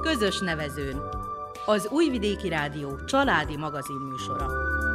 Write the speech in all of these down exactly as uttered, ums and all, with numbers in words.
közös nevezőn. Az Újvidéki Rádió családi magazinműsora.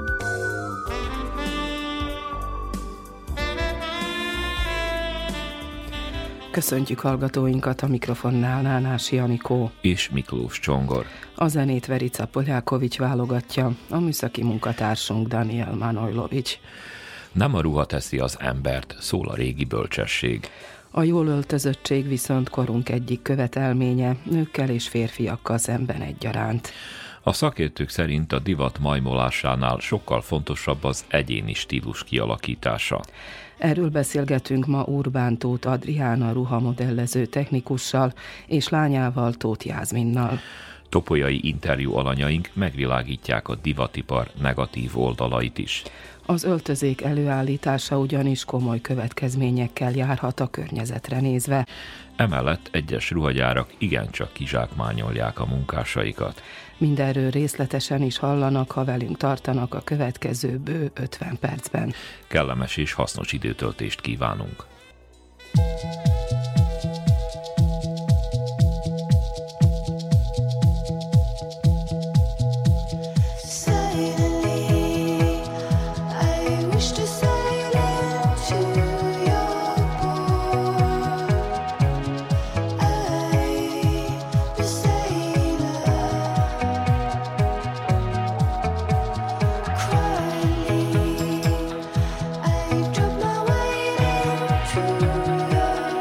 Köszöntjük hallgatóinkat, a mikrofonnál Nánási Anikó és Miklós Csongor. A zenét Verica Poljákovics válogatja, a műszaki munkatársunk Daniel Manojlovics. Nem a ruha teszi az embert, szól a régi bölcsesség. A jól öltözöttség viszont korunk egyik követelménye, nőkkel és férfiakkal szemben egyaránt. A szakértők szerint a divat majmolásánál sokkal fontosabb az egyéni stílus kialakítása. Erről beszélgetünk ma Urbán Tóth Adriána ruhamodellező technikussal és lányával, Tóth Jászminnal. Topolyai interjú alanyaink megvilágítják a divatipar negatív oldalait is. Az öltözék előállítása ugyanis komoly következményekkel járhat a környezetre nézve. Emellett egyes ruhagyárak igencsak kizsákmányolják a munkásaikat. Mindenről részletesen is hallanak, ha velünk tartanak a következő bő ötven percben. Kellemes és hasznos időtöltést kívánunk! Drop my weight into your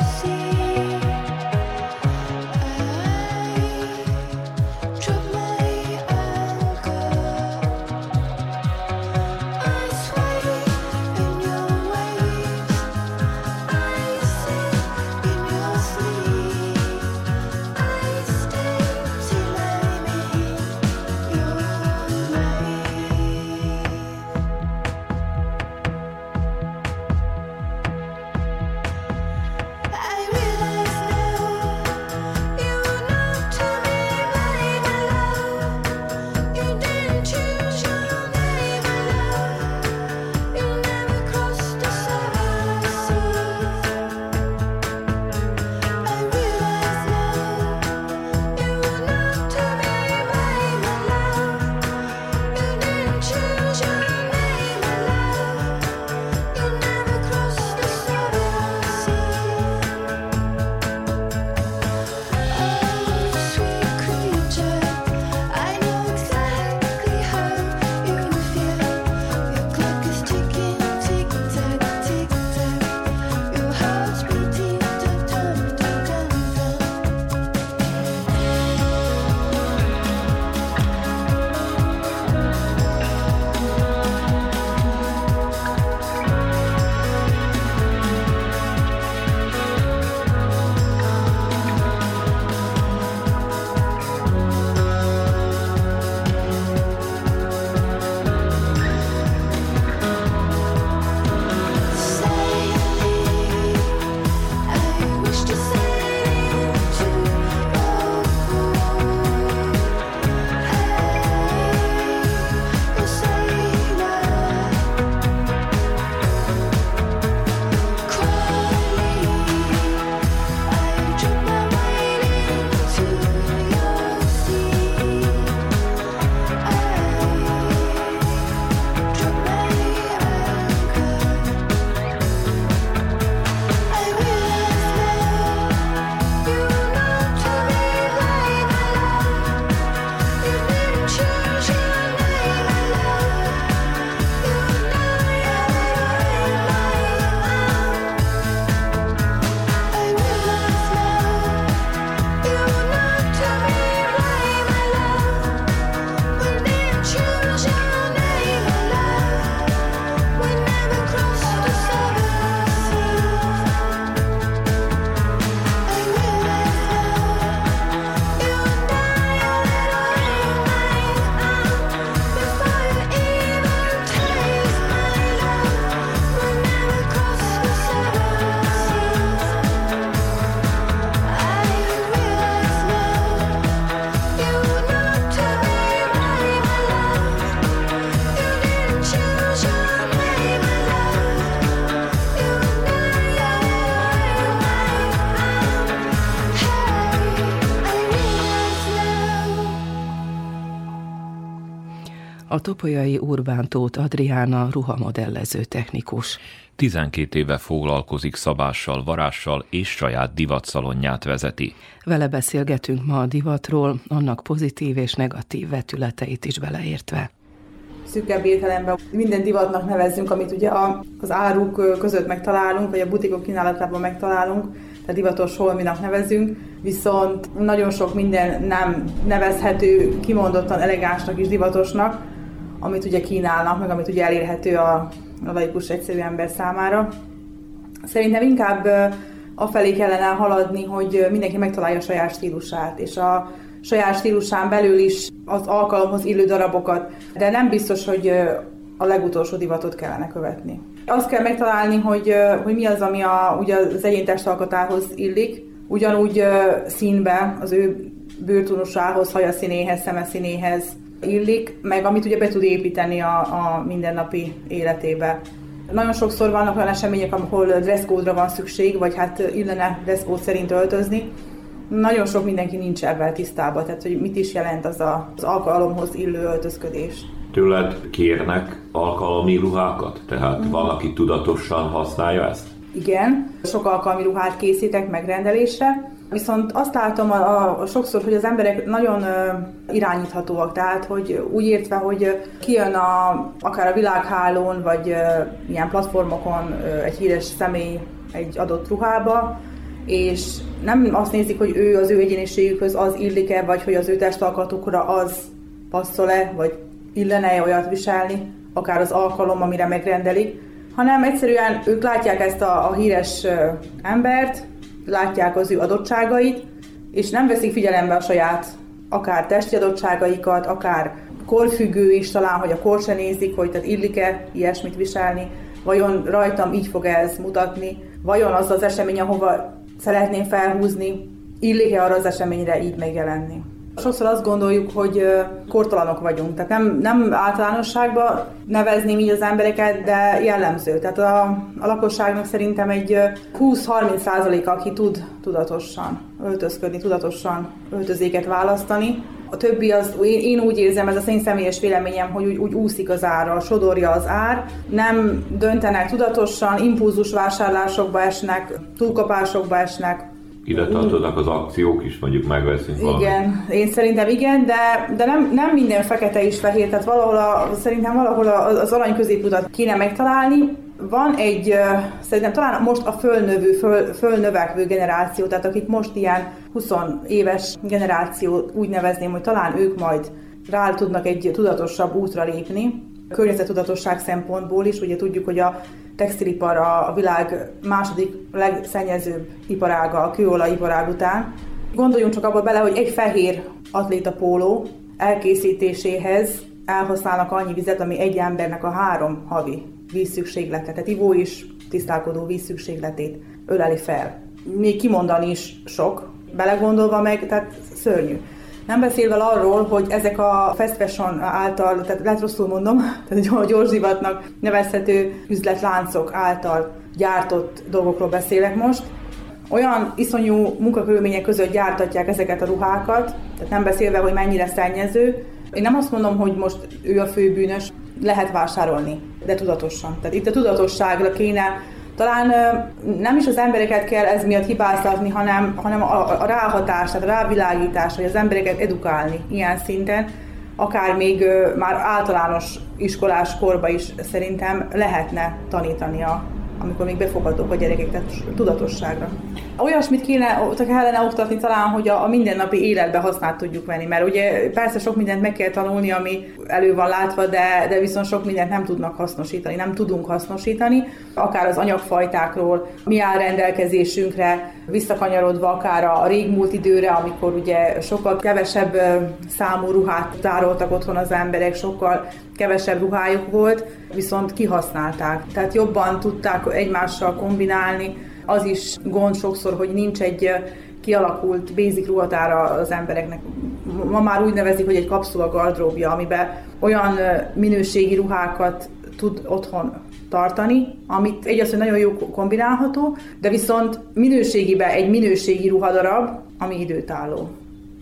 A topolyai Urbán Tóth Adriána ruhamodellező technikus. tizenkét éve foglalkozik szabással, varással és saját divatszalonját vezeti. Vele beszélgetünk ma a divatról, annak pozitív és negatív vetületeit is beleértve. Szűkebb értelemben minden divatnak nevezzünk, amit ugye az áruk között megtalálunk, vagy a butikok kínálatában megtalálunk, tehát divatos holminak nevezünk, viszont nagyon sok minden nem nevezhető kimondottan elegánsnak és divatosnak, amit ugye kínálnak, meg amit ugye elérhető a, a laikus egyszerű ember számára. Szerintem inkább afelé kellene haladni, hogy mindenki megtalálja a saját stílusát, és a saját stílusán belül is az alkalomhoz illő darabokat, de nem biztos, hogy a legutolsó divatot kellene követni. Azt kell megtalálni, hogy, hogy mi az, ami a, ugye az egyén testalkatához illik, ugyanúgy színbe, az ő bőrtónusához, hajaszínéhez, szemeszínéhez illik, meg amit ugye be tud építeni a, a mindennapi életébe. Nagyon sokszor vannak olyan események, ahol dresszkódra van szükség, vagy hát illene dresszkód szerint öltözni. Nagyon sok mindenki nincs ebben tisztában, tehát hogy mit is jelent az a, az alkalomhoz illő öltözködés. Tőled kérnek alkalmi ruhákat? Tehát mm. valaki tudatosan használja ezt? Igen, sok alkalmi ruhát készítek megrendelésre, viszont azt látom a, a, a sokszor, hogy az emberek nagyon ö, irányíthatóak, tehát hogy úgy értve, hogy kijön a, akár a világhálón, vagy ö, ilyen platformokon ö, egy híres személy egy adott ruhába, és nem azt nézik, hogy ő az ő egyéniségükhöz az illik-e, vagy hogy az ő testalkatukra az passzol-e, vagy illene olyat viselni, akár az alkalom, amire megrendelik, hanem egyszerűen ők látják ezt a, a híres embert, látják az ő adottságait, és nem veszik figyelembe a saját akár testi adottságaikat, akár korfüggő is talán, hogy a kor se nézik, hogy tehát illik-e ilyesmit viselni, vajon rajtam így fog ez mutatni, vajon az az esemény, ahova szeretném felhúzni, illik-e arra az eseményre így megjelenni. Sokszor azt gondoljuk, hogy kortalanok vagyunk, tehát nem, nem általánosságban nevezném így az embereket, de jellemző. Tehát a, a lakosságnak szerintem egy húsz-harminc százaléka, aki tud tudatosan öltözködni, tudatosan öltözéket választani. A többi az, én, én úgy érzem, ez az én személyes véleményem, hogy úgy, úgy úszik az árra, sodorja az ár, nem döntenek tudatosan, impulzus vásárlásokba esnek, túlkapásokba esnek. Ide tartoznak az akciók is, mondjuk megveszünk valamit. Igen, én szerintem igen, de, de nem, nem minden fekete is fehér, tehát valahol a, szerintem valahol az arany középutat kéne megtalálni. Van egy, szerintem talán most a fölnövő, föl, fölnövekvő generáció, tehát akik most ilyen húsz éves generáció, úgy nevezném, hogy talán ők majd rá tudnak egy tudatosabb útra lépni. Környezettudatosság szempontból is, ugye tudjuk, hogy a textilipar a világ második legszennyezőbb iparága a kőolajiparág után. Gondoljunk csak abba bele, hogy egy fehér atlétapóló elkészítéséhez elhasználnak annyi vizet, ami egy embernek a három havi vízszükséglete, tehát ivó is tisztálkodó vízszükségletét öleli fel. Még kimondani is sok, belegondolva meg, tehát szörnyű. Nem beszélve arról, hogy ezek a fast fashion által, tehát lehet rosszul mondom, tehát a gyors divatnak nevezhető üzletláncok által gyártott dolgokról beszélek most. Olyan iszonyú munkakörülmények között gyártatják ezeket a ruhákat, tehát nem beszélve, hogy mennyire szennyező. Én nem azt mondom, hogy most ő a főbűnös, lehet vásárolni, de tudatosan. Tehát itt a tudatosságra kéne, talán nem is az embereket kell ez miatt hibáztatni, hanem, hanem a, a ráhatás, tehát a rávilágítás, hogy az embereket edukálni ilyen szinten, akár még már általános iskolás korba is szerintem lehetne tanítani, a, amikor még befogadók a gyerekek, tehát tudatosságra. Olyasmit kéne, kellene oktatni talán, hogy a, a mindennapi életbe használt tudjuk venni, mert ugye persze sok mindent meg kell tanulni, ami elő van látva, de, de viszont sok mindent nem tudnak hasznosítani, nem tudunk hasznosítani, akár az anyagfajtákról, mi áll rendelkezésünkre, visszakanyarodva akár a régmúlt időre, amikor ugye sokkal kevesebb számú ruhát tároltak otthon az emberek, sokkal kevesebb ruhájuk volt, viszont kihasználták. Tehát jobban tudták egymással kombinálni. Az is gond sokszor, hogy nincs egy kialakult basic ruhatára az embereknek. Ma már úgy nevezik, hogy egy kapszula gardróbja, amiben olyan minőségi ruhákat tud otthon tartani, amit egy az, hogy nagyon jó kombinálható, de viszont minőségiben egy minőségi ruhadarab, ami időtálló.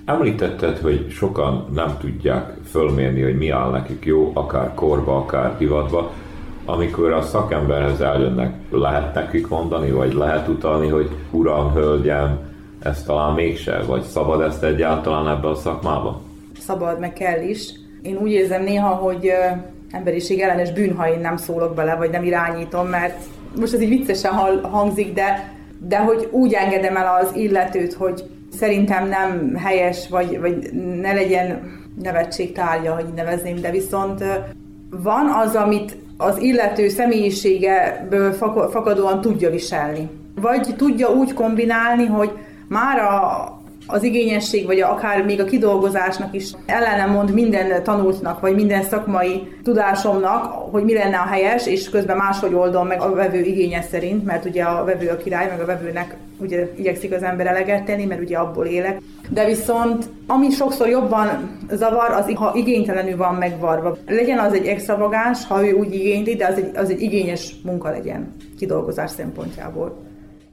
Említetted, hogy sokan nem tudják fölmérni, hogy mi áll nekik jó, akár korba, akár divatba. Amikor a szakemberhez eljönnek, lehet nekik mondani, vagy lehet utalni, hogy uram, hölgyem, ez talán mégse, vagy szabad ezt egyáltalán ebben a szakmában? Szabad, meg kell is. Én úgy érzem néha, hogy emberiség ellenes bűn, ha én nem szólok bele, vagy nem irányítom, mert most ez így viccesen hangzik, de, de hogy úgy engedem el az illetőt, hogy szerintem nem helyes, vagy, vagy ne legyen nevetség tárgya, hogy nevezném, de viszont van az, amit az illető személyiségeből fakadóan tudja viselni. Vagy tudja úgy kombinálni, hogy már a, az igényesség, vagy akár még a kidolgozásnak is ellenem mond minden tanultnak, vagy minden szakmai tudásomnak, hogy mi lenne a helyes, és közben máshogy oldom meg a vevő igénye szerint, mert ugye a vevő a király, meg a vevőnek ugye igyekszik az ember eleget tenni, mert ugye abból élek. De viszont ami sokszor jobban zavar, az ha igénytelenül van megvarva. Legyen az egy extravagáns, ha ő úgy igényli, de az egy, az egy igényes munka legyen kidolgozás szempontjából.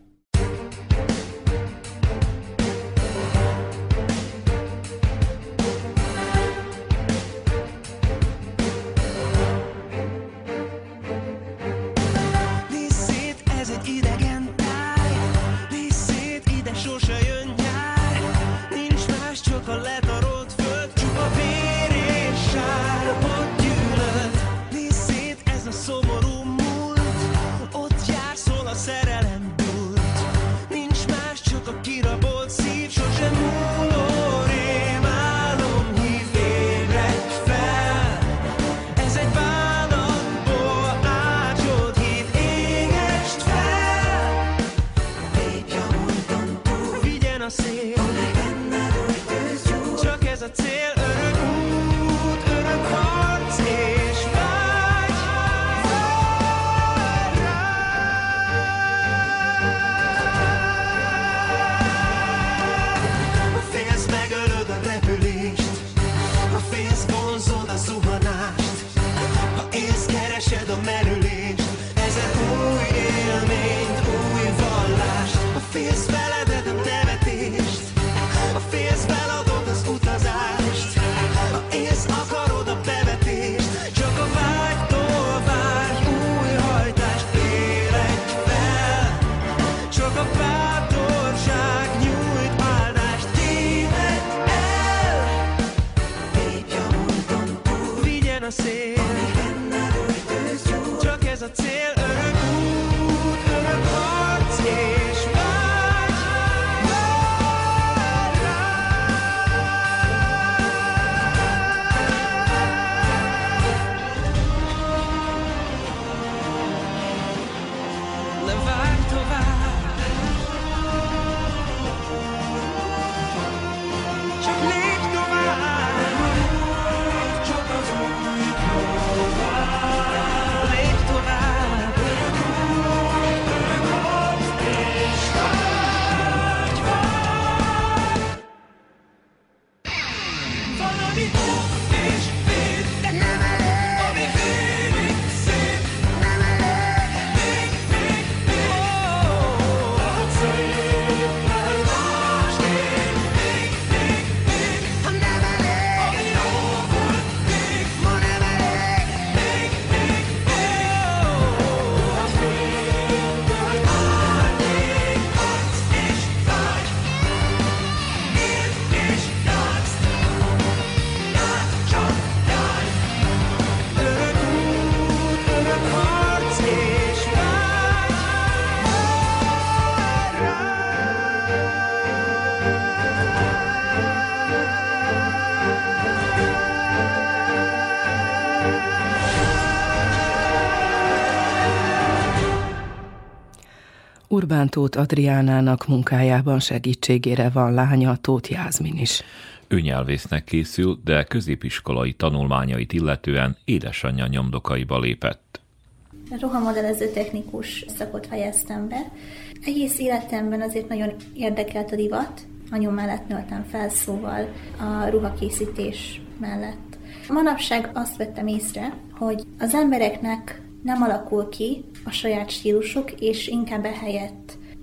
Urbán Tóth Adriánának munkájában segítségére van lánya, Tóth Jászmin is. Ő nyelvésznek készül, de középiskolai tanulmányait illetően édesanyja nyomdokaiba lépett. Ruhamodellező technikus szakot fejeztem be. Egész életemben azért nagyon érdekelt a divat. Anyum mellett nőttem fel, szóval a ruhakészítés mellett. Manapság azt vettem észre, hogy az embereknek nem alakul ki a saját stílusuk, és inkább ehelyett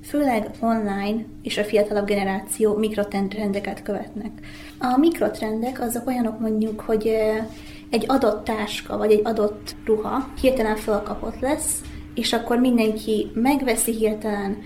főleg online és a fiatalabb generáció mikrotrendeket követnek. A mikrotrendek azok olyanok mondjuk, hogy egy adott táska vagy egy adott ruha hirtelen felkapott lesz, és akkor mindenki megveszi hirtelen,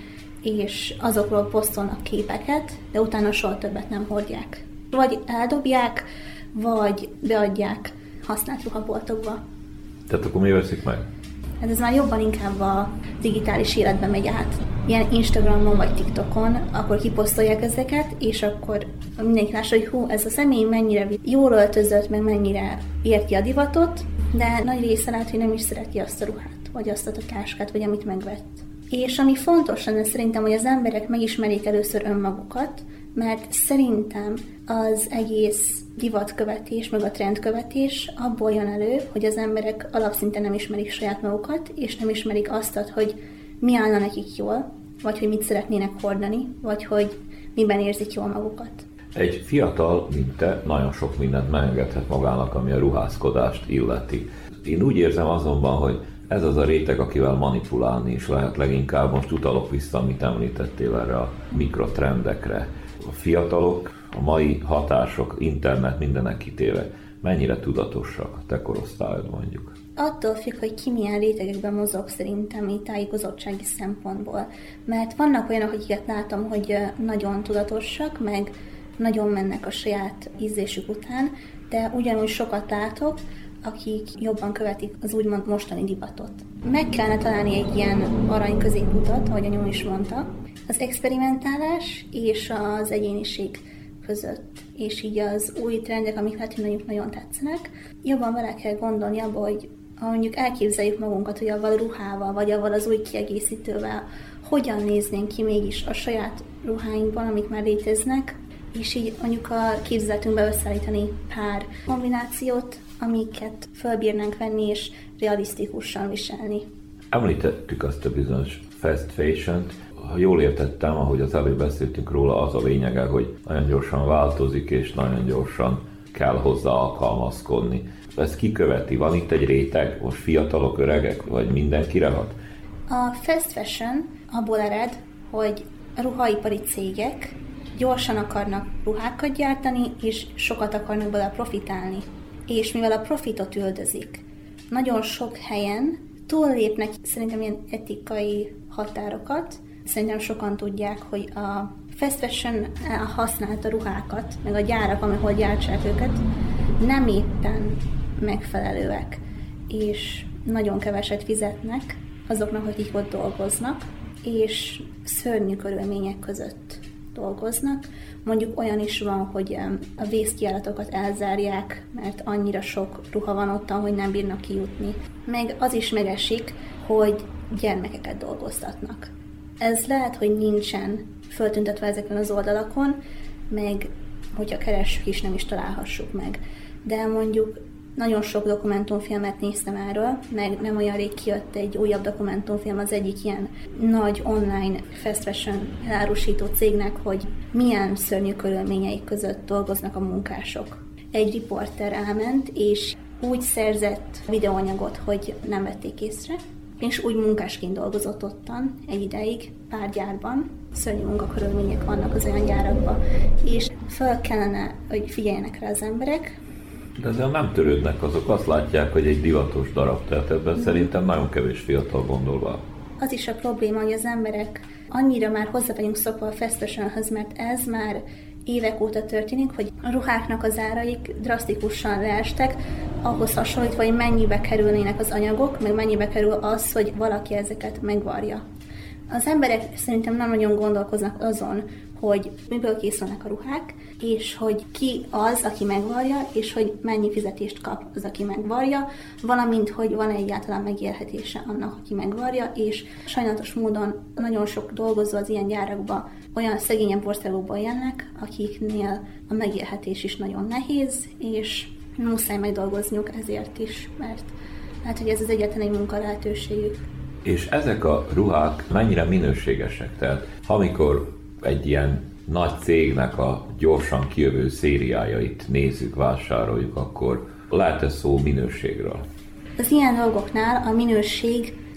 és azokról posztolnak képeket, de utána soha többet nem hordják. Vagy eldobják, vagy beadják használt ruhaboltokba. Tehát akkor mi veszik meg? Hát ez már jobban inkább a digitális életben megy át. Ilyen Instagramon vagy TikTokon, akkor kiposztolják ezeket, és akkor mindenki lássa, hogy hú, ez a személy mennyire jól öltözött, meg mennyire érti a divatot, de nagy része lehet, hogy nem is szereti azt a ruhát, vagy azt a táskát, vagy amit megvett. És ami fontos lenne szerintem, hogy az emberek megismerjék először önmagukat, mert szerintem az egész divatkövetés, meg a trendkövetés abból jön elő, hogy az emberek alapszinten nem ismerik saját magukat, és nem ismerik azt, hogy mi állna nekik jól, vagy hogy mit szeretnének hordani, vagy hogy miben érzik jól magukat. Egy fiatal, mint te, nagyon sok mindent megengedhet magának, ami a ruházkodást illeti. Én úgy érzem azonban, hogy ez az a réteg, akivel manipulálni is lehet leginkább. Most utalok vissza, amit említettél erre a mikrotrendekre. A fiatalok, a mai hatások, internet mindenek kitéve, mennyire tudatosak a te korosztályod mondjuk? Attól függ, hogy ki milyen rétegekben mozog szerintem így tájékozottsági szempontból. Mert vannak olyanok, akiket látom, hogy nagyon tudatosak, meg nagyon mennek a saját ízlésük után, de ugyanúgy sokat látok, akik jobban követik az úgymond mostani divatot. Meg kellene találni egy ilyen arany középutat, ahogy anyum is mondta, az experimentálás és az egyéniség között. És így az új trendek, amik lehet, hogy nagyon, nagyon tetszenek, jobban vele kell gondolni abba, hogy ha mondjuk elképzeljük magunkat, hogy avval a ruhával, vagy avval az új kiegészítővel hogyan néznénk ki mégis a saját ruháinkban, amik már léteznek, és így mondjuk a képzeletünkbe összeállítani pár kombinációt, amiket fölbírnánk venni és realisztikusan viselni. Említettük azt a bizonyos fast fashion-t. Ha jól értettem, ahogy az előbb beszéltünk róla, az a lényege, hogy nagyon gyorsan változik, és nagyon gyorsan kell hozzá alkalmazkodni. Ez kiköveti? Van itt egy réteg, most fiatalok, öregek, vagy mindenkire hat? A fast fashion abból ered, hogy a ruhaipari cégek gyorsan akarnak ruhákat gyártani, és sokat akarnak bele profitálni. És mivel a profitot üldözik, nagyon sok helyen túllépnek szerintem ilyen etikai határokat. Szerintem sokan tudják, hogy a fast fashion használta ruhákat, meg a gyárak, ahol gyártsák őket, nem éppen megfelelőek, és nagyon keveset fizetnek azoknak, akik ott dolgoznak, és szörnyű körülmények között dolgoznak. Mondjuk olyan is van, hogy a vészkijáratokat elzárják, mert annyira sok ruha van ottan, hogy nem bírnak kijutni. Meg az is megesik, hogy gyermekeket dolgoztatnak. Ez lehet, hogy nincsen föltüntetve ezeken az oldalakon, meg hogyha keressük is, nem is találhassuk meg. De mondjuk nagyon sok dokumentumfilmet néztem erről, meg nem olyan rég kijött egy újabb dokumentumfilm az egyik ilyen nagy online fast fashion elárusító cégnek, hogy milyen szörnyű körülményeik között dolgoznak a munkások. Egy riporter elment, és úgy szerzett videóanyagot, hogy nem vették észre, és úgy munkásként dolgozott ottan egy ideig, pár gyárban. Szörnyű munkakörülmények vannak az olyan gyárakban, és fel kellene, hogy figyeljenek rá az emberek. De ezzel nem törődnek, azok azt látják, hogy egy divatos darab, tehát ebben mm. szerintem nagyon kevés fiatal gondolva. Az is a probléma, hogy az emberek annyira már hozzá vagyunk szokva a fast fashionhöz, mert ez már évek óta történik, hogy a ruháknak az áraik drasztikusan leestek, ahhoz hasonlítva, hogy mennyibe kerülnének az anyagok, meg mennyibe kerül az, hogy valaki ezeket megvarja. Az emberek szerintem nem nagyon gondolkoznak azon, hogy miből készülnek a ruhák, és hogy ki az, aki megvarja, és hogy mennyi fizetést kap az, aki megvarja, valamint, hogy van egyáltalán megélhetése annak, aki megvarja, és sajnálatos módon nagyon sok dolgozó az ilyen gyárakban olyan szegényebb országokból jönnek, akiknél a megélhetés is nagyon nehéz, és muszáj megdolgozniuk ezért is, mert lehet, hogy ez az egyetlen egy munka lehetőségük. És ezek a ruhák mennyire minőségesek? Tehát amikor egy ilyen nagy cégnek a gyorsan kijövő szériájait nézzük, vásároljuk, akkor lehet-e szó minőségről? Az ilyen dolgoknál a minőség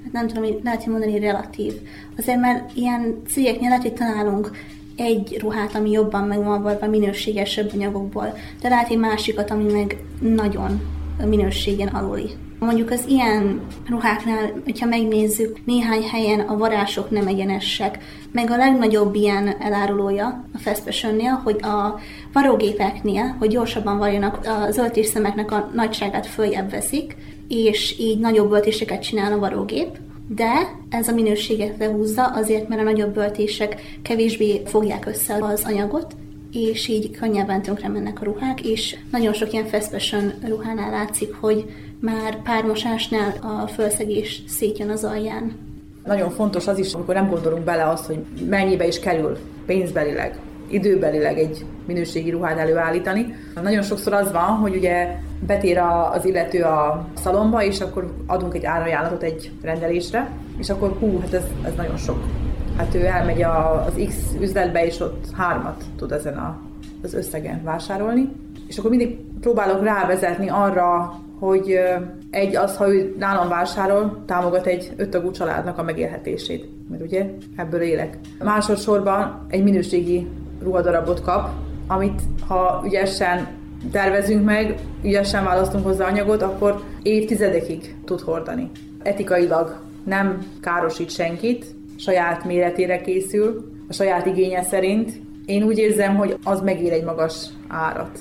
nem tudom, hogy lehet mondani relatív. Azért, mert ilyen cégeknél lehet, hogy találunk egy ruhát, ami jobban meg van valva minőségesebb anyagokból, de lehet egy másikat, ami meg nagyon minőségen aluli. Mondjuk az ilyen ruháknál, hogyha megnézzük, néhány helyen a varások nem egyenesek, meg a legnagyobb ilyen elárulója a fast fashion-nél, hogy a varógépeknél, hogy gyorsabban varjanak, az öltésszemeknek a nagyságát följebb veszik, és így nagyobb öltéseket csinál a varógép, de ez a minőséget lehúzza azért, mert a nagyobb öltések kevésbé fogják össze az anyagot, és így könnyebben tönkre mennek a ruhák, és nagyon sok ilyen fast fashion ruhánál látszik, hogy már pár mosásnál a fölszegés szétjön az alján. Nagyon fontos az is, amikor nem gondolunk bele azt, hogy mennyibe is kerül pénzbelileg, időbelileg egy minőségi ruhát előállítani. Nagyon sokszor az van, hogy ugye betér az illető a szalomba, és akkor adunk egy árajánlatot egy rendelésre, és akkor hú, hát ez, ez nagyon sok. Hát ő elmegy az X üzletbe, és ott hármat tud ezen a, az összegen vásárolni. És akkor mindig próbálok rávezetni arra, hogy egy az, ha ő nálam vásárol, támogat egy öttagú családnak a megélhetését. Mert ugye ebből élek. Másodszorban egy minőségi ruhadarabot kap, amit ha ügyesen tervezünk meg, ügyesen választunk hozzá anyagot, akkor évtizedekig tud hordani. Etikailag nem károsít senkit, saját méretére készül, a saját igénye szerint. Én úgy érzem, hogy az megér egy magas árat.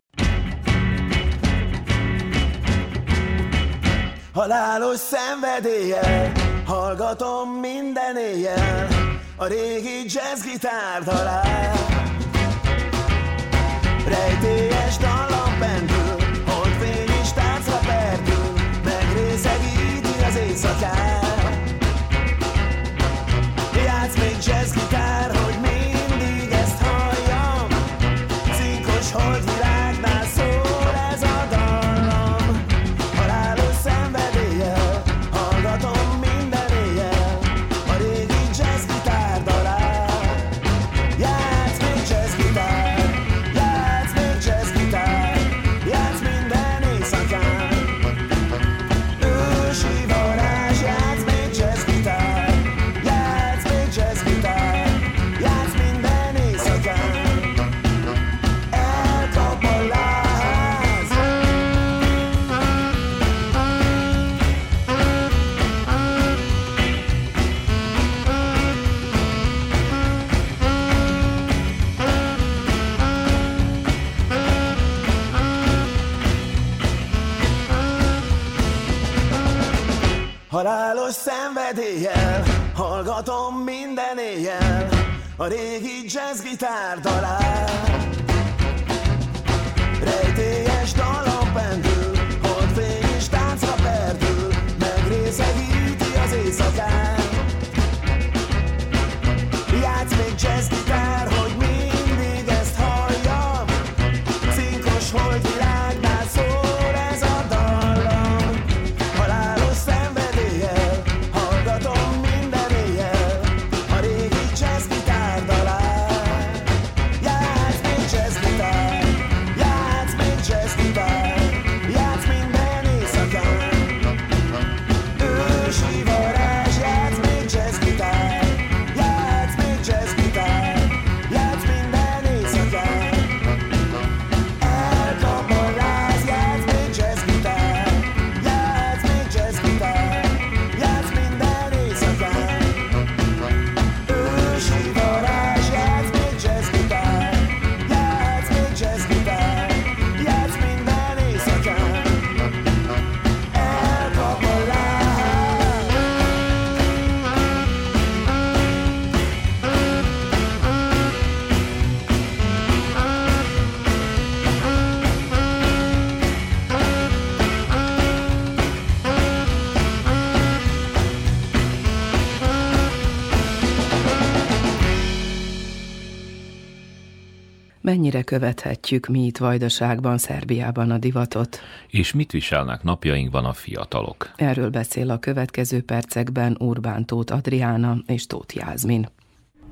Halálos szenvedéllyel hallgatom minden éjjel a régi jazzgitár dalát. Rejtélyes dallam pendül, holdfény is táncra perdül, megrészegíti az éjszakát. Játsz még jazzgitár, hogy mindig ezt halljam, cinkos holdvilágnál szól ez a dallam. Halálos szenvedéllyel hallgatom minden éjjel a régi jazzgitár dalát. Játsz még jazzgitár, játsz még jazzgitár, játsz minden éjszakán. Ősi varázs, játsz még jazzgitár, játsz még jazzgitár, játsz minden éjszakán. Elkap a láz. Halálos szenvedéllyel hallgatom minden éjjel a régi jazzgitár dalát. Rejtélyes dallam pendül, holdfény is táncra perdül, megrészegíti az éjszakát. Játsz még jazzgitár, hogy mindig ezt halljam, cinkos holdvilágnál szól ez a dallam. Halálos szenvedéllyel hallgatom minden éjjel a régi jazzgitár dalát. Játsz még jazzgitár, játsz még jazzgitár, játsz minden éjszakán. Ősi varázs, játsz még jazzgitár, játsz még jazzgitár, játsz minden éjszakán. Elkap a láz, játsz még jazzgitár, játsz még jazzgitár, játsz minden éjszakán. Ősi varázs, játsz még jazzgitár, játsz még jazzgitár, játsz minden éjszakán. Elkap a láz. Mennyire követhetjük mi itt Vajdaságban, Szerbiában a divatot? És mit viselnek napjainkban a fiatalok? Erről beszél a következő percekben Urbán Tóth Adriána és Tóth Jászmin.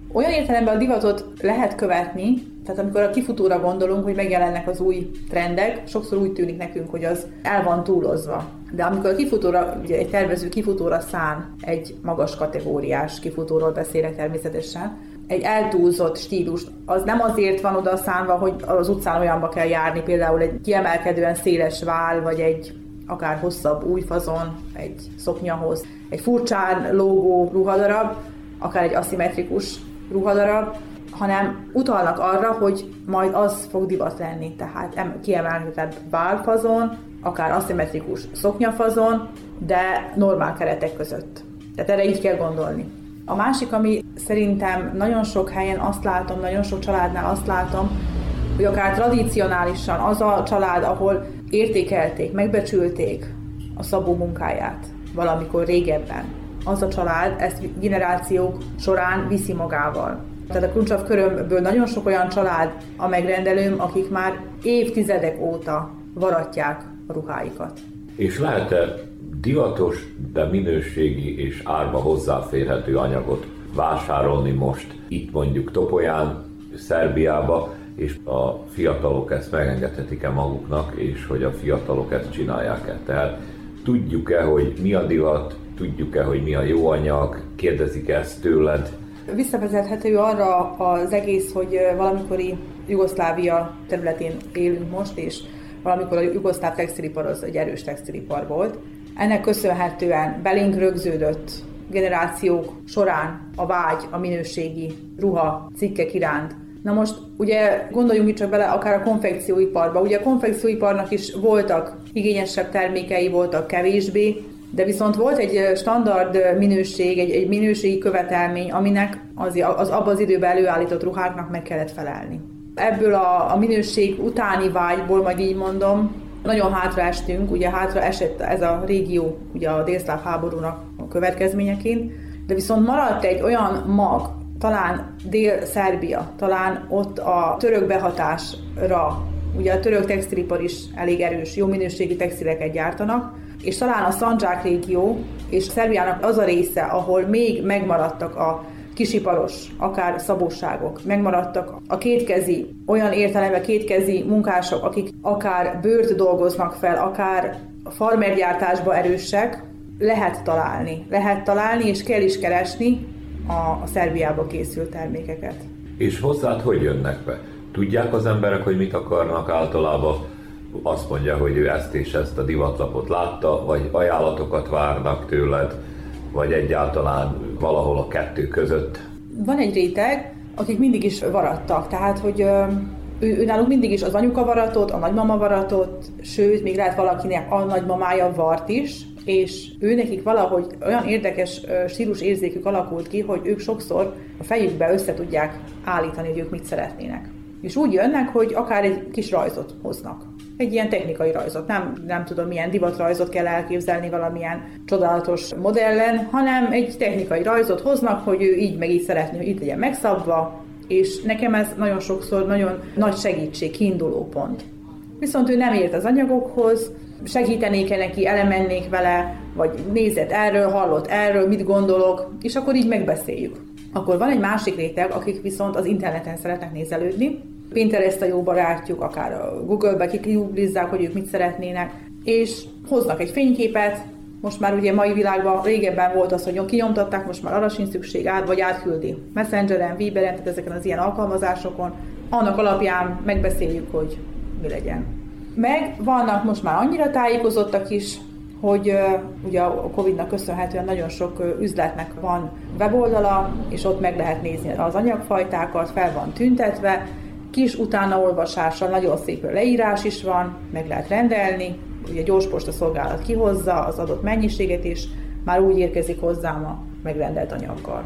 Olyan értelemben a divatot lehet követni, tehát amikor a kifutóra gondolunk, hogy megjelennek az új trendek, sokszor úgy tűnik nekünk, hogy az el van túlozva. De amikor a kifutóra, ugye egy tervező kifutóra szán, egy magas kategóriás kifutóról beszélek természetesen, egy eltúlzott stílust, az nem azért van oda szánva, hogy az utcán olyanba kell járni, például egy kiemelkedően széles vál, vagy egy akár hosszabb újfazon, egy szoknyahoz, egy furcsán lógó ruhadarab, akár egy aszimmetrikus ruhadarab, hanem utalnak arra, hogy majd az fog divat lenni, tehát kiemelkedőbb válfazon, akár aszimmetrikus szoknyafazon, de normál keretek között. Tehát erre így kell gondolni. A másik, ami szerintem nagyon sok helyen azt látom, nagyon sok családnál azt látom, hogy akár tradicionálisan az a család, ahol értékelték, megbecsülték a szabó munkáját valamikor régebben, az a család ezt generációk során viszi magával. Tehát a Kruncsav körömből nagyon sok olyan család a megrendelőm, akik már évtizedek óta varatják a ruháikat. És lehet-e divatos, de minőségi és árba hozzáférhető anyagot vásárolni most itt mondjuk Topolyán, Szerbiába, és a fiatalok ezt megengedhetik-e maguknak, és hogy a fiatalok ezt csinálják-e? Tehát tudjuk-e, hogy mi a divat, tudjuk-e, hogy mi a jó anyag, kérdezik ezt tőled? Visszavezethető arra az egész, hogy valamikori Jugoszlávia területén élünk most, és valamikor a jugoszláv textilipar az egy erős textilipar volt. Ennek köszönhetően belénk rögződött generációk során a vágy a minőségi ruha, cikkek iránt. Na most ugye gondoljunk itt csak bele akár a konfekcióiparba. Ugye a konfekcióiparnak is voltak igényesebb termékei, voltak kevésbé, de viszont volt egy standard minőség, egy, egy minőségi követelmény, aminek az, az abban az időben előállított ruháknak meg kellett felelni. Ebből a, a minőség utáni vágyból, majd így mondom, nagyon hátraestünk, ugye hátra esett ez a régió ugye a délszláv háborúnak a következményeként, de viszont maradt egy olyan mag, talán Dél-Szerbia, talán ott a török behatásra, ugye a török textilipar is elég erős, jó minőségű textileket gyártanak, és talán a Szandzsák régió és Szerbiának az a része, ahol még megmaradtak a kisiparos, akár szabóságok, megmaradtak a kétkezi, olyan értelemben kétkezi munkások, akik akár bőrt dolgoznak fel, akár farmergyártásba erősek, lehet találni. Lehet találni, és kell is keresni a, a Szerbiába készült termékeket. És hozzád hogy jönnek be? Tudják az emberek, hogy mit akarnak általában? Azt mondja, hogy ő ezt és ezt a divatlapot látta, vagy ajánlatokat várnak tőled, vagy egyáltalán valahol a kettő között? Van egy réteg, akik mindig is varattak, tehát hogy ő, ő náluk mindig is az anyuka varatott, a nagymama varatott, sőt, még lehet valakinek a nagymamája vart is, és ő nekik valahogy olyan érdekes stílusérzékük alakult ki, hogy ők sokszor a fejükbe össze tudják állítani, hogy ők mit szeretnének. És úgy jönnek, hogy akár egy kis rajzot hoznak. Egy ilyen technikai rajzot, nem, nem tudom, milyen divatrajzot kell elképzelni valamilyen csodálatos modellen, hanem egy technikai rajzot hoznak, hogy ő így meg így szeretné, hogy itt legyen megszabva, és nekem ez nagyon sokszor nagyon nagy segítség, kiinduló pont. Viszont ő nem ért az anyagokhoz, segítenék-e neki, elemennék vele, vagy nézett erről, hallott erről, mit gondolok, és akkor így megbeszéljük. Akkor van egy másik réteg, akik viszont az interneten szeretnek nézelődni, Pinterest a jó barátjuk, akár a Google-be kikliublizzák, hogy ők mit szeretnének, és hoznak egy fényképet. Most már ugye mai világban régebben volt az, hogy kinyomtatták, most már arra sincs szükség, át vagy átküldi Messengeren, Viberen, tehát ezeken az ilyen alkalmazásokon. Annak alapján megbeszéljük, hogy mi legyen. Meg vannak most már annyira tájékozottak is, hogy uh, ugye a Covidnak köszönhetően nagyon sok uh, üzletnek van weboldala, és ott meg lehet nézni az anyagfajtákat, fel van tüntetve, kis utánaolvasással nagyon szép leírás is van, meg lehet rendelni, ugye gyorsposta szolgálat kihozza az adott mennyiséget, és már úgy érkezik hozzám a megrendelt anyaggal.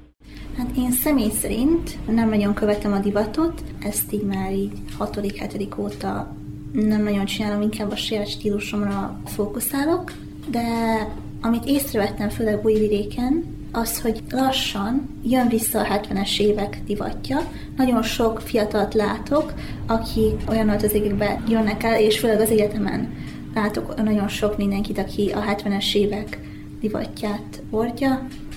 Hát én személy szerint nem nagyon követem a divatot, ezt így már így hatodik-hetedik óta nem nagyon csinálom, inkább a saját stílusomra fókuszálok, de amit észrevettem, főleg Újvidéken, az, hogy lassan jön vissza a hetvenes évek divatja. Nagyon sok fiatalt látok, akik olyan öltözékekbe jönnek el, és főleg az egyetemen látok nagyon sok mindenkit, aki a hetvenes évek divatját hordja.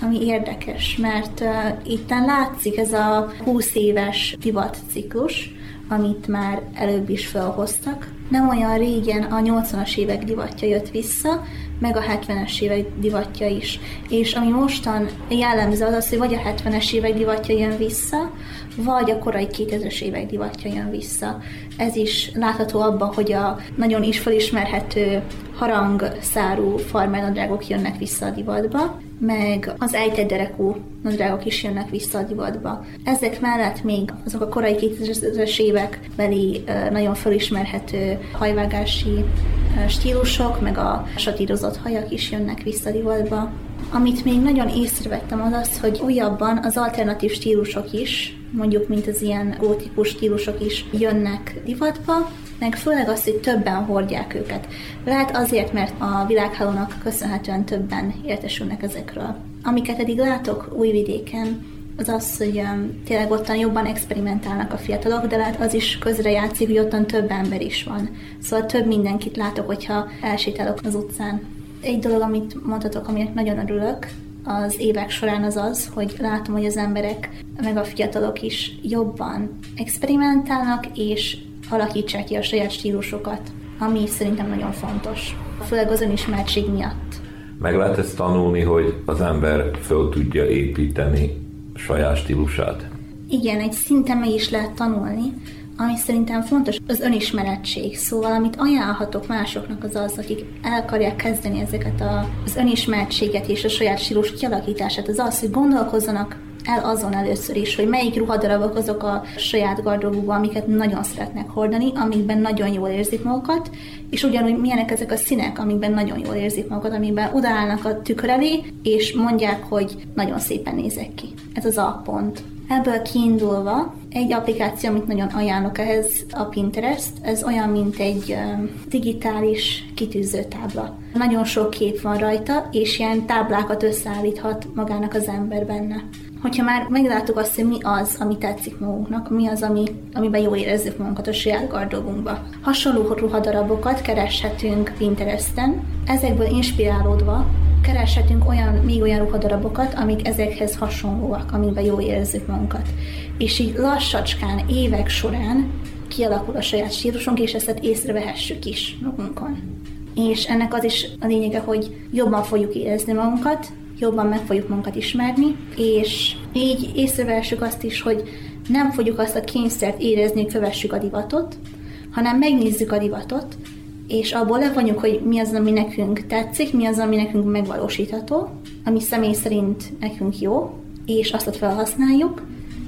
ami érdekes, mert uh, itten látszik ez a húsz éves divatciklus, amit már előbb is felhoztak. Nem olyan régen a nyolcvanas évek divatja jött vissza, meg a hetvenes évek divatja is. És ami mostan jellemző az az, hogy vagy a hetvenes évek divatja jön vissza, vagy a korai kétezres évek divatja jön vissza. Ez is látható abban, hogy a nagyon is felismerhető harangszárú farmernadrágok jönnek vissza a divatba, meg az ejtett derekú nadrágok is jönnek vissza a divatba. Ezek mellett még azok a korai kétezres évekbeli nagyon felismerhető hajvágási stílusok, meg a satírozott hajak is jönnek vissza a divatba. Amit még nagyon észrevettem az az, hogy újabban az alternatív stílusok is, mondjuk mint az ilyen gótikus stílusok is jönnek divatba, meg főleg azt, hogy többen hordják őket. Lehet azért, mert a világhálónak köszönhetően többen értesülnek ezekről. Amiket eddig látok Újvidéken, az az, hogy um, tényleg ottan jobban experimentálnak a fiatalok, de lehet az is közrejátszik, hogy ottan több ember is van. Szóval több mindenkit látok, hogyha elsétálok az utcán. Egy dolog, amit mondhatok, aminek nagyon örülök az évek során az az, hogy látom, hogy az emberek, meg a fiatalok is jobban experimentálnak, és alakítsák ki a saját stílusokat, ami szerintem nagyon fontos. Főleg az önismertség miatt. Meg lehet ezt tanulni, hogy az ember föl tudja építeni saját stílusát? Igen, egy szinten meg is lehet tanulni, ami szerintem fontos, az önismerettség. Szóval, amit ajánlhatok másoknak az az, akik el akarják kezdeni ezeket a, az önismerettséget és a saját stílus kialakítását, az az, hogy gondolkozzanak el azon először is, hogy melyik ruhadarabok azok a saját gardróbukban, amiket nagyon szeretnek hordani, amikben nagyon jól érzik magukat, és ugyanúgy milyenek ezek a színek, amikben nagyon jól érzik magukat, amikben odaállnak a tükör elé, és mondják, hogy nagyon szépen nézek ki. Ez az A pont. Ebből kiindulva egy applikáció, amit nagyon ajánlok ehhez, a Pinterest, ez olyan, mint egy digitális kitűzőtábla. Nagyon sok kép van rajta, és ilyen táblákat összeállíthat magának az ember benne. Hogyha már meglátjuk azt, hogy mi az, ami tetszik magunknak, mi az, ami, amiben jól érezzük magunkat a saját gardróbunkba. Hasonló ruhadarabokat kereshetünk Pinteresten, ezekből inspirálódva kereshetünk olyan, még olyan ruhadarabokat, amik ezekhez hasonlóak, amiben jól érezzük magunkat. És így lassacskán, évek során kialakul a saját stílusunk, és ezt észrevehessük is magunkon. És ennek az is a lényege, hogy jobban fogjuk érezni magunkat, jobban meg fogjuk magunkat ismerni, és így észrevehessük azt is, hogy nem fogjuk azt a kényszert érezni, hogy kövessük a divatot, hanem megnézzük a divatot, és abból levonjuk, hogy mi az, ami nekünk tetszik, mi az, ami nekünk megvalósítható, ami személy szerint nekünk jó, és azt ott felhasználjuk,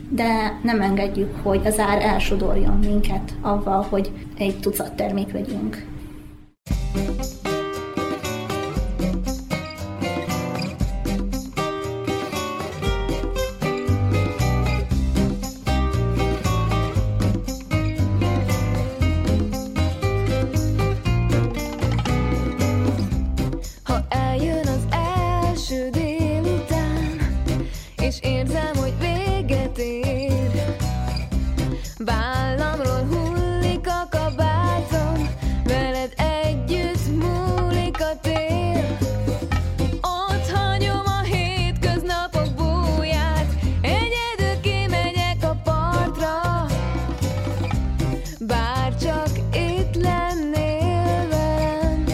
de nem engedjük, hogy az ár elsodorjon minket avval, hogy egy tucat termék vegyünk. Vállamról hullik a kabátom, veled együtt múlik a tél. Ott hagyom a hétköznapok búját, egyedül kimegyek a partra. Bár csak itt lennél velem.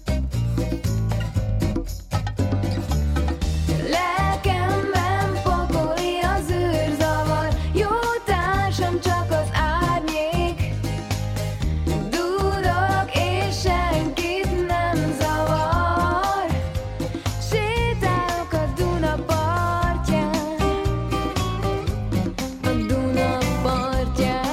Lelkemben pokoli az űrzavar, jó társam csak az árnyék. Dúdolok és senkit nem zavar, sétálok a Duna partján, a Duna partján.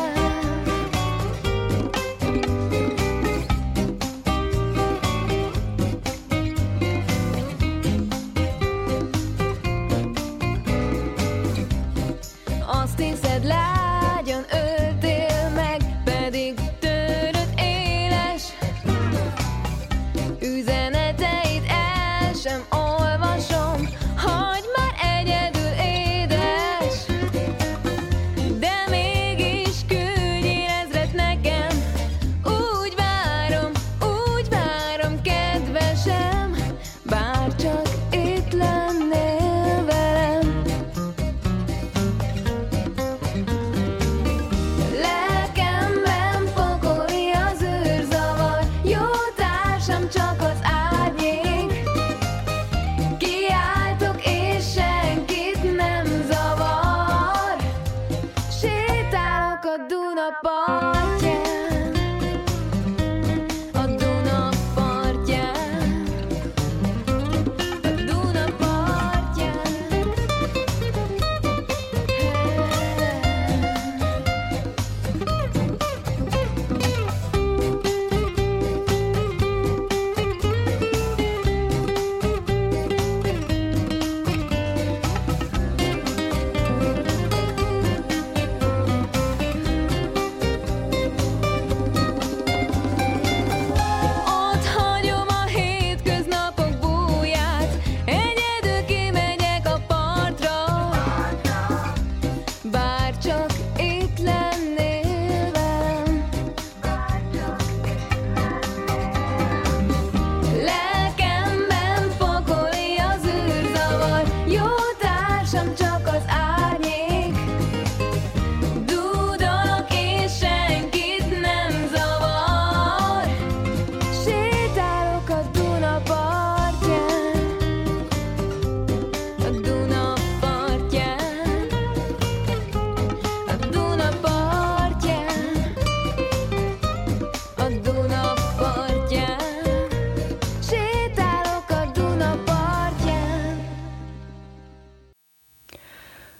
Azt hiszed, lágyan öltél meg, pedig tőled éles. Üzeneteid el sem olvasom, hagyd már egyedül, édes. De mégis küldjél ezret nekem, úgy várom, úgy várom, kedvesem. Bár csak itt lennél velem.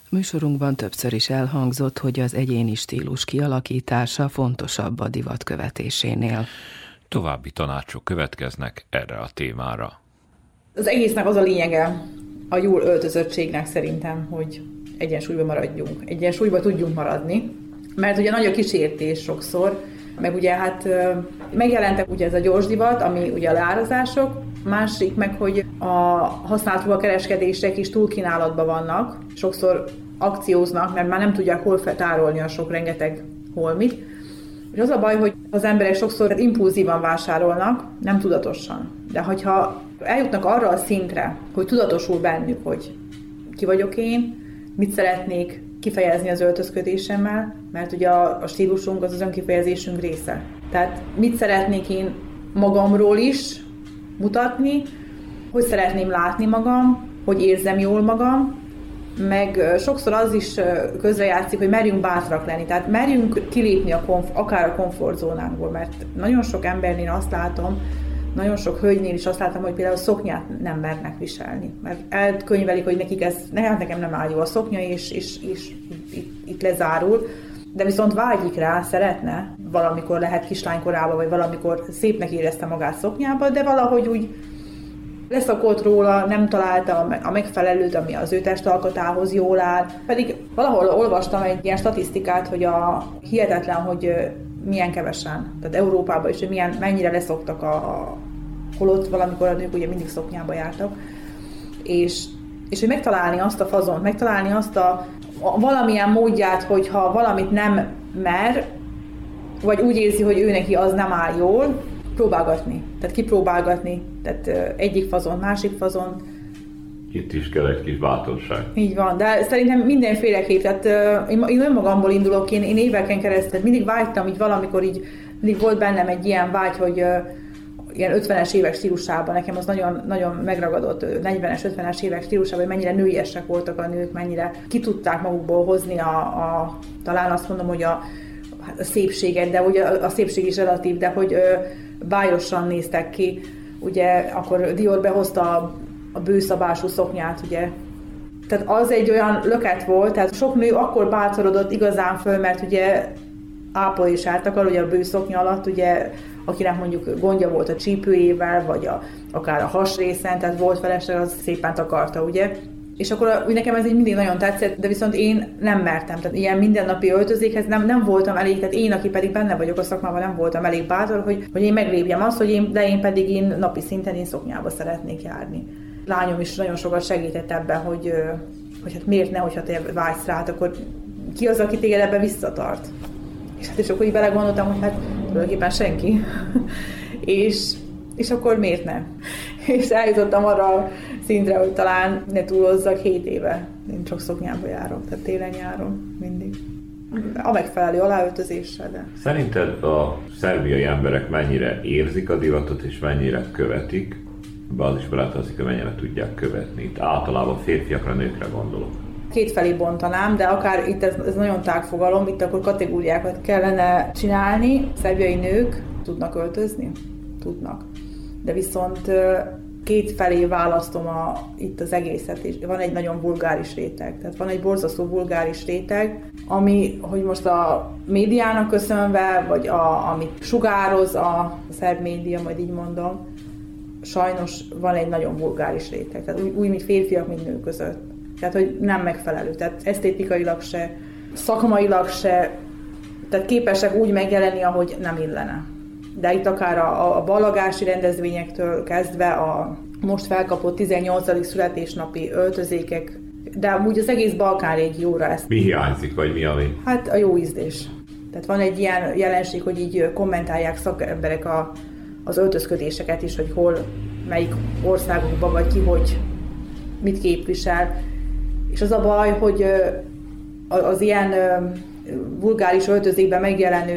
Műsorunkban többször is elhangzott, hogy az egyéni stílus kialakítása fontosabb a divat követésénél. További tanácsok következnek erre a témára. Az egésznek az a lényege a jól öltözöttségnek szerintem, hogy egyensúlyban maradjunk. Egyensúlyban tudjunk maradni, mert ugye nagy a kísértés sokszor, meg ugye hát megjelentek ugye ez a gyors divat, ami ugye a leárazások, másik meg, hogy a használt ruhakereskedések is túlkínálatban vannak, sokszor akcióznak, mert már nem tudják hol tárolni a sok rengeteg holmit. És az a baj, hogy az emberek sokszor impulzívan vásárolnak, nem tudatosan. De hogyha eljutnak arra a szintre, hogy tudatosul bennük, hogy ki vagyok én, mit szeretnék kifejezni az öltözködésemmel, mert ugye a, a stílusunk az az önkifejezésünk része. Tehát mit szeretnék én magamról is mutatni, hogy szeretném látni magam, hogy érzem jól magam, meg sokszor az is közrejátszik, hogy merjünk bátrak lenni, tehát merjünk kilépni a komf- akár a komfortzónánkból, mert nagyon sok embernél azt látom, nagyon sok hölgynél is azt látom, hogy például a szoknyát nem mernek viselni, mert elkönyvelik, hogy nekik ez, ne, hát nekem nem áll jó a szoknya, és, és, és itt, itt lezárul, de viszont vágyik rá, szeretne, valamikor lehet kislánykorában, vagy valamikor szépnek érezte magát szoknyába, de valahogy úgy leszakott róla, nem találta a megfelelőt, ami az ő testalkatához jól áll. Pedig valahol olvastam egy ilyen statisztikát, hogy a hihetetlen, hogy milyen kevesen, tehát Európában is, hogy milyen, mennyire leszoktak a, a holott valamikor a nők ugye mindig szoknyába jártak, és, és hogy megtalálni azt a fazont, megtalálni azt a, a valamilyen módját, hogyha valamit nem mer, vagy úgy érzi, hogy ő neki az nem áll jól, próbálgatni, tehát kipróbálgatni, tehát egyik fazon, másik fazon. Itt is kell egy kis bátorság. Így van, de szerintem mindenféleképp, tehát uh, én, én önmagamból indulok, én, én éveken keresztül mindig vágytam, így valamikor így, mindig volt bennem egy ilyen vágy, hogy uh, ilyen ötvenes évek stílusában, nekem az nagyon, nagyon megragadott, negyvenes, ötvenes évek stílusában, hogy mennyire nőiesek voltak a nők, mennyire ki tudták magukból hozni a, a talán azt mondom, hogy a, a szépséget, de ugye a, a szépség is relatív, de hogy uh, bájosan néztek ki. Ugye akkor Dior behozta a, a bőszabású szoknyát, ugye. Tehát az egy olyan löket volt, tehát sok nő akkor bátorodott igazán föl, mert ugye ápolni is akar, ugye a bőszoknya alatt, ugye, akinek mondjuk gondja volt a csípőjével, vagy a, akár a hasrészen, tehát volt felesleg, az szépen takarta, ugye. És akkor nekem ez így mindig nagyon tetszett, de viszont én nem mertem, tehát ilyen mindennapi öltözékhez nem, nem voltam elég, tehát én, aki pedig benne vagyok a szakmában, nem voltam elég bátor, hogy, hogy én meglépjem azt, hogy én, de én pedig én napi szinten én szoknyába szeretnék járni. Lányom is nagyon sokat segített ebben, hogy, hogy hát miért ne, hogyha te vágysz rá, akkor ki az, aki téged ebbe visszatart. És hát és akkor így belegondoltam, hogy hát tulajdonképpen senki. és, és akkor miért ne? És eljutottam arra a szintre, hogy talán ne túlozzak, hét éve én csak szoknyába járok, tehát télen-nyáron mindig. A megfelelő aláöltözéssel, de... Szerinted a szerbiai emberek mennyire érzik a divatot, és mennyire követik? Be az is beletartozik, hogy mennyire tudják követni. Itt általában férfiakra, nőkre gondolok. Kétfelé bontanám, de akár itt ez, ez nagyon tág fogalom, itt akkor kategóriákat kellene csinálni. Szerbiai nők tudnak öltözni? Tudnak. De viszont két felé választom a, itt az egészet is. Van egy nagyon vulgáris réteg. Tehát van egy borzasztó vulgáris réteg, ami, hogy most a médiának köszönve, vagy a, amit sugároz a, a szerb média, majd így mondom, sajnos van egy nagyon vulgáris réteg. Tehát úgy, úgy mint férfiak, mint nők között. Tehát, hogy nem megfelelő. Tehát esztétikailag se, szakmailag se, tehát képesek úgy megjelenni, ahogy nem illene. De itt akár a, a ballagási rendezvényektől kezdve a most felkapott tizennyolcadik születésnapi öltözékek, de úgy az egész Balkán régióra ezt. Mi hiányzik, vagy mi ami? Hát a jó ízlés. Tehát van egy ilyen jelenség, hogy így kommentálják szakemberek a, az öltözködéseket is, hogy hol, melyik országokban, vagy ki, hogy mit képvisel. És az a baj, hogy az ilyen vulgáris öltözékben megjelenő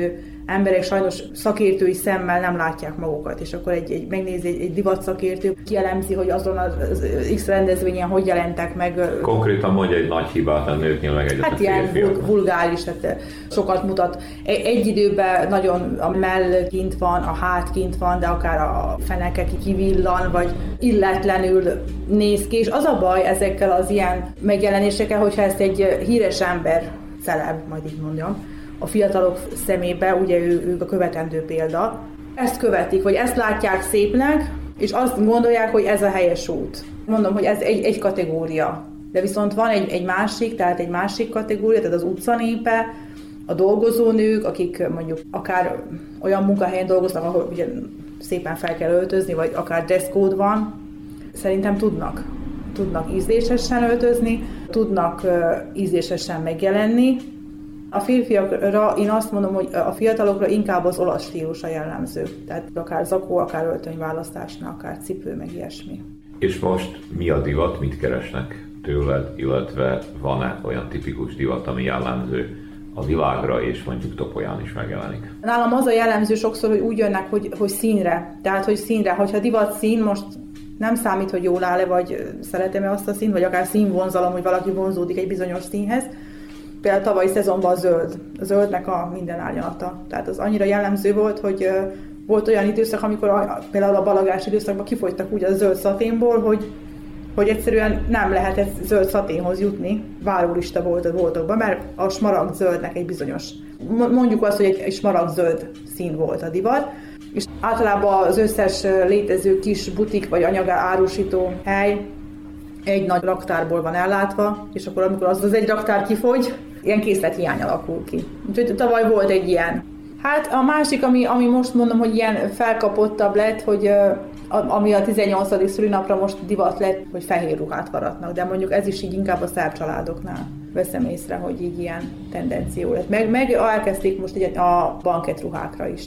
emberek sajnos szakértői szemmel nem látják magukat, és akkor egy, egy, megnézi egy, egy divat szakértő, kielemzi, hogy azon az X rendezvényen hogy jelentek meg. Konkrétan mondja egy nagy hibát a nőknél, meg egyet hát a férfiaknak. ilyen vulgáris, tehát sokat mutat. Egy időben nagyon a mell kint van, a hát kint van, de akár a feneke kivillan, vagy illetlenül néz ki, és az a baj ezekkel az ilyen megjelenésekkel, hogyha ezt egy híres ember, celeb, majd így mondjam, a fiatalok szemébe, ugye ő, ő a követendő példa, ezt követik, vagy ezt látják szépnek, és azt gondolják, hogy ez a helyes út. Mondom, hogy ez egy, egy kategória. De viszont van egy, egy másik, tehát egy másik kategória, tehát az utcanépe, a dolgozónők, akik mondjuk akár olyan munkahelyen dolgoznak, ahol ugye szépen fel kell öltözni, vagy akár dress code van, szerintem tudnak. Tudnak ízlésesen öltözni, tudnak uh, ízlésesen megjelenni. A férfiakra én azt mondom, hogy a fiatalokra inkább az olasz stílus a jellemző. Tehát akár zakó, akár öltönyválasztásnál, akár cipő, meg ilyesmi. És most mi a divat, mit keresnek tőled, illetve van-e olyan tipikus divat, ami jellemző a világra, és mondjuk Topolyán is megjelenik? Nálam az a jellemző sokszor, hogy úgy jönnek, hogy, hogy színre. Tehát, hogy színre. Hogyha divat szín, most nem számít, hogy jól áll-e, vagy szeretem-e azt a színt, vagy akár színvonzalom, hogy valaki vonzódik egy bizonyos színhez. Például tavalyi szezonban a zöld. A zöldnek a minden árnyalata. Tehát az annyira jellemző volt, hogy volt olyan időszak, amikor a, például a balagás időszakban kifogytak úgy a zöld szaténból, hogy, hogy egyszerűen nem lehetett zöld szaténhoz jutni. Várólista volt a boltokban, mert a smaragd zöldnek egy bizonyos, mondjuk azt, hogy egy, egy smaragd zöld szín volt a divat. És általában az összes létező kis butik vagy anyagá árusító hely egy nagy raktárból van ellátva, és akkor amikor az, az egy raktár kifogy, ilyen készlethiány alakul ki. Úgyhogy tavaly volt egy ilyen. Hát a másik, ami, ami most mondom, hogy ilyen felkapottabb lett, hogy ami a tizennyolcadik szülinapra most divat lett, hogy fehér ruhát varatnak, de mondjuk ez is így inkább a szerb családoknál veszem észre, hogy így ilyen tendenció lett. Meg, meg elkezdték most így a bankett ruhákra is.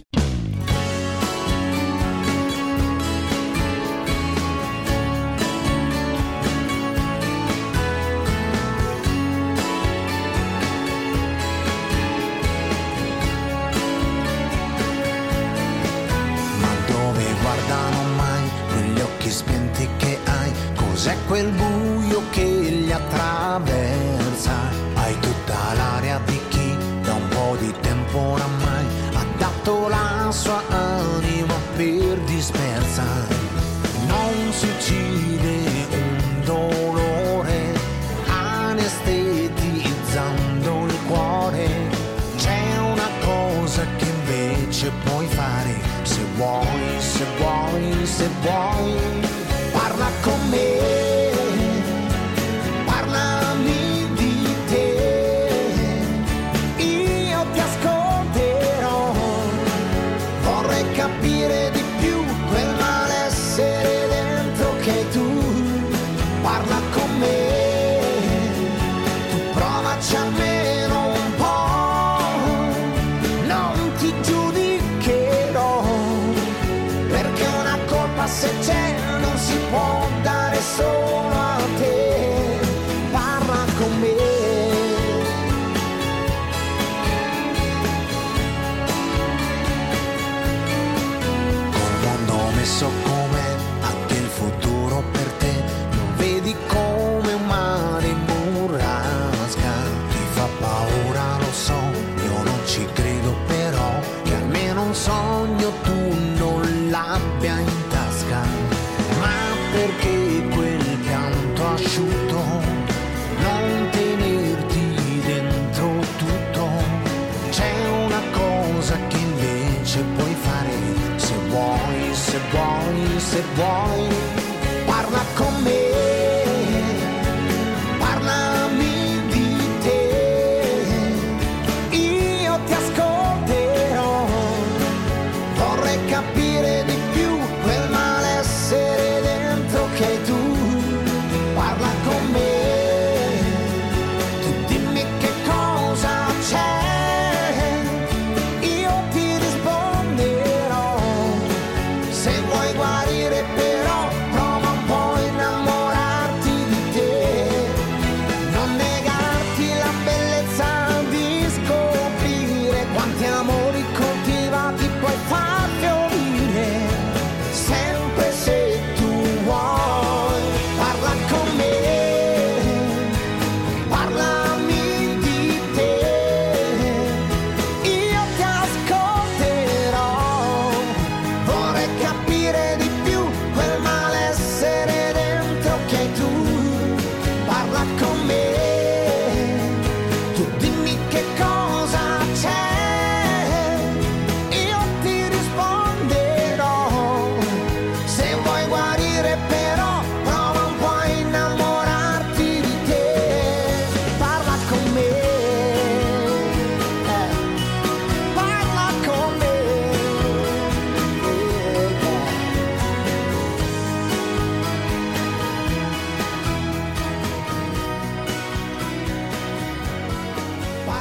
Cos'è quel buio che li attraversa? Hai tutta l'aria di chi da un po' di tempo oramai ha dato la sua anima per dispersa. Non si uccide un dolore anestetizzando il cuore. C'è una cosa che invece puoi fare, se vuoi, se vuoi, se vuoi. Parla con me, parlami di te, io ti ascolterò, vorrei capire di più quel malessere dentro che hai tu. Parla con me, tu provaci almeno un po', non ti giudicherò, perché una colpa se c'è si può dare solo a te. Parla con me. Col mondo messo com'è, anche il futuro per te. Non vedi come un mare in burrasca ti fa paura, lo so, io non ci credo, però che almeno un sogno tu non l'abbia in tasca. Perché quel pianto asciutto, non tenerti dentro tutto. C'è una cosa che invece puoi fare, se vuoi, se vuoi, se vuoi. Parla con me, parlami di te, io ti ascolterò, vorrei capire di più quel malessere che tu. Parla con me, tu dimmi che cosa c'è, io ti risponderò. Se vuoi guarire però prova un po' a innamorarti.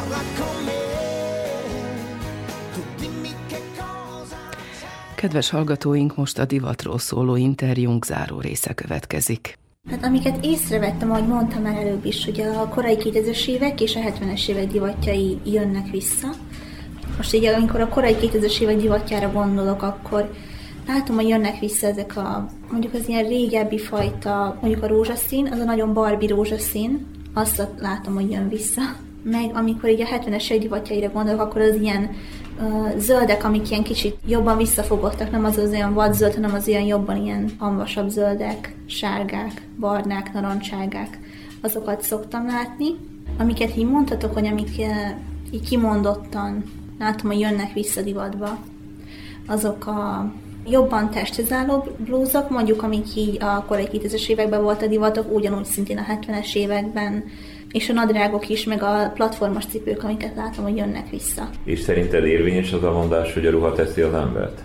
parla con me. Tu dimmi che cosa c'è. Kedves hallgatóink, most a divatról szóló interjúnk záró része következik. Hát amiket észrevettem, ahogy mondtam már előbb is, hogy a korai kétezres évek és a hetvenes évek divatjai jönnek vissza. Most így, amikor a korai kétezres évek divatjára gondolok, akkor látom, hogy jönnek vissza ezek a, mondjuk az ilyen régebbi fajta, mondjuk a rózsaszín, az a nagyon Barbie rózsaszín, azt látom, hogy jön vissza. Meg amikor így a hetvenes évek divatjaira gondolok, akkor az ilyen uh, zöldek, amik ilyen kicsit jobban visszafogottak, nem az az olyan vadzöld, hanem az ilyen jobban ilyen hamvasabb zöldek, sárgák, barnák, narancságák, azokat szoktam látni. Amiket így mondhatok, hogy amik uh, így kimondottan látom, hogy jönnek vissza divatba, azok a jobban testhez álló blúzok, mondjuk amik így a korai kétezres években volt a divatok, ugyanúgy szintén a hetvenes években, és a nadrágok is, meg a platformos cipők, amiket látom, hogy jönnek vissza. És szerinted érvényes az a mondás, hogy a ruha teszi az embert?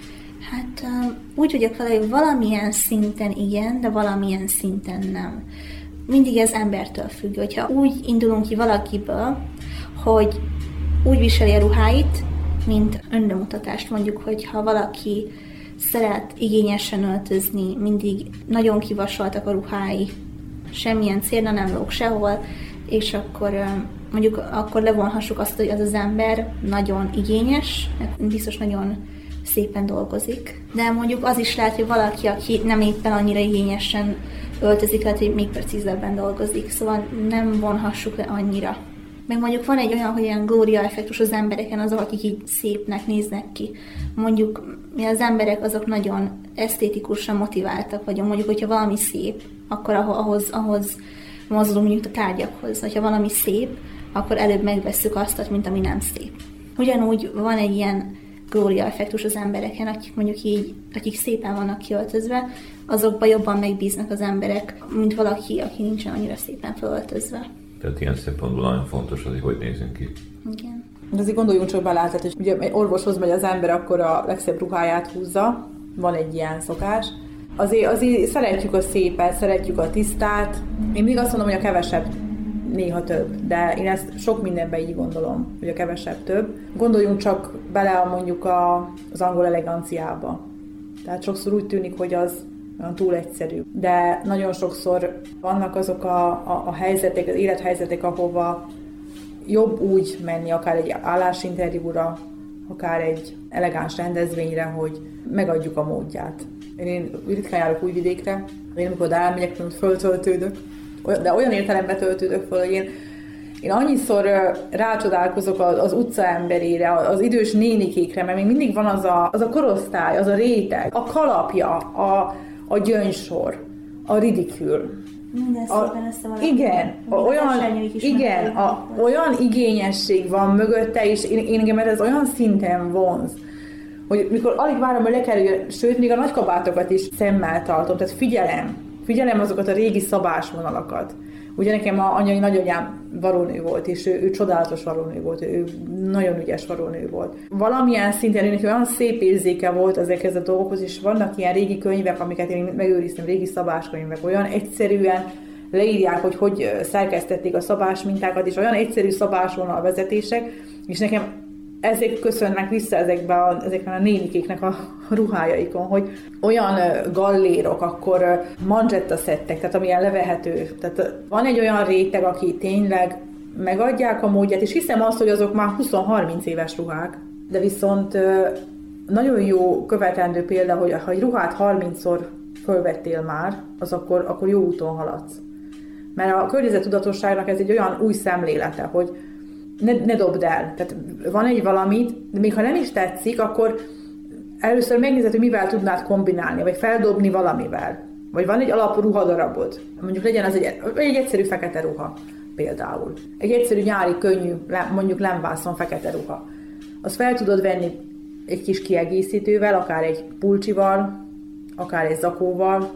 Hát úgy vagyok vele, hogy valamilyen szinten igen, de valamilyen szinten nem. Mindig ez embertől függ. Hogyha úgy indulunk ki valakiből, hogy úgy viseli a ruháit, mint önbemutatást, mondjuk, hogy ha valaki szeret igényesen öltözni, mindig nagyon kivasaltak a ruhái, semmilyen célna nem lóg sehol, és akkor mondjuk akkor levonhassuk azt, hogy az az ember nagyon igényes, biztos nagyon szépen dolgozik. De mondjuk az is lehet, hogy valaki, aki nem éppen annyira igényesen öltözik, lehet, hogy még precízebben dolgozik, szóval nem vonhassuk le annyira. Meg mondjuk van egy olyan, hogy ilyen glória effektus az embereken, azok, akik így szépnek néznek ki. Mondjuk mi az emberek azok nagyon esztétikusan motiváltak vagyunk. Mondjuk, hogyha valami szép, akkor ahhoz, ahhoz mozdulunk mondjuk a tárgyakhoz. Ha valami szép, akkor előbb megvesszük azt, mint ami nem szép. Ugyanúgy van egy ilyen glória effektus az embereken, akik mondjuk így, akik szépen vannak kiöltözve, azokban jobban megbíznak az emberek, mint valaki, aki nincsen annyira szépen felöltözve. Tehát ilyen szempontból nagyon fontos az, hogy hogy nézünk ki. Igen. De azért gondoljunk csak bele, tehát, hogy ugye egy orvoshoz megy az ember, akkor a legszebb ruháját húzza, van egy ilyen szokás. Azért, azért szeretjük a szépet, szeretjük a tisztát. Én még azt mondom, hogy a kevesebb néha több, de én ezt sok mindenben így gondolom, hogy a kevesebb több. Gondoljunk csak bele a, mondjuk a, az angol eleganciába. Tehát sokszor úgy tűnik, hogy az olyan túl egyszerű. De nagyon sokszor vannak azok a, a, a helyzetek, az élethelyzetek, ahova jobb úgy menni, akár egy állásinterjúra, akár egy elegáns rendezvényre, hogy megadjuk a módját. Én ritkán járok Újvidékre, én amikor oda elmegyek, föltöltődök, de olyan értelemben töltődök föl, hogy én, én annyiszor rácsodálkozok az, az utca emberére, az idős nénikékre, mert még mindig van az a, az a korosztály, az a réteg, a kalapja, a, a gyöngysor, a ridikül. Minden szépen össze igen, a, olyan, igen a, olyan igényesség van mögötte, és én, én engem ez olyan szinten vonz, hogy mikor alig várom, hogy lekerüljön, sőt, még a nagykabátokat is szemmel tartom, tehát figyelem, figyelem azokat a régi szabásvonalakat. Ugye nekem a anyai nagyanyám varónő volt, és ő, ő csodálatos varónő volt, ő nagyon ügyes varónő volt. Valamilyen szinten neki olyan szép érzéke volt ezekhez a dolgokhoz, és vannak ilyen régi könyvek, amiket én megőriztem, régi szabáskönyvek, olyan egyszerűen leírják, hogy hogy szerkesztették a szabásmintákat, és olyan egyszerű szabásvonal vezetések, és nekem ezek köszönnek vissza ezekben a, ezekben a nénikéknek a ruhájaikon, hogy olyan gallérok, akkor manzsetta szettek, tehát amilyen levehető. Tehát van egy olyan réteg, aki tényleg megadják a módját, és hiszem azt, hogy azok már húsz-harminc éves ruhák, de viszont nagyon jó követendő példa, hogy ha egy ruhát harmincszor fölvettél már, az akkor, akkor jó úton haladsz. Mert a környezettudatosságnak ez egy olyan új szemlélete, hogy Ne, ne dobd el. Tehát van egy valamit, de még ha nem is tetszik, akkor először megnézed, hogy mivel tudnád kombinálni, vagy feldobni valamivel. Vagy van egy alap ruhadarabod. Mondjuk legyen az egy, egy egyszerű fekete ruha például. Egy egyszerű nyári, könnyű, mondjuk lemvászon fekete ruha. Azt fel tudod venni egy kis kiegészítővel, akár egy pulcsival, akár egy zakóval,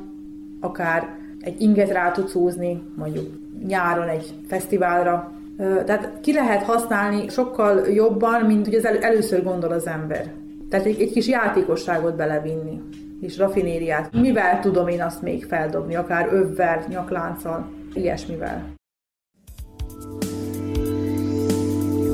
akár egy inget rá tudsz húzni, mondjuk nyáron egy fesztiválra. Tehát ki lehet használni sokkal jobban, mint ugye az elő, először gondol az ember. Tehát egy, egy kis játékosságot belevinni, és raffinériát. Mivel tudom én azt még feldobni, akár övvel, nyaklánccal, ilyesmivel.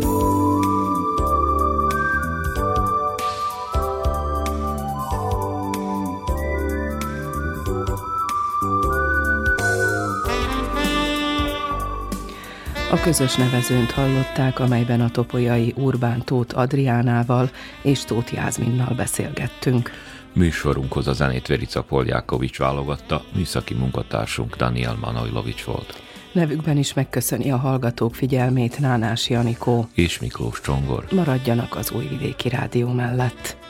A közös nevezőnt hallották, amelyben a topolyai Urbán Tóth Adriánával és Tóth Jászminnal beszélgettünk. Műsorunkhoz a zenét Verica Poljákovics válogatta, műszaki munkatársunk Daniel Manojlovics volt. Nevükben is megköszöni a hallgatók figyelmét Nánás Janikó és Miklós Csongor. Maradjanak az Újvidéki Rádió mellett.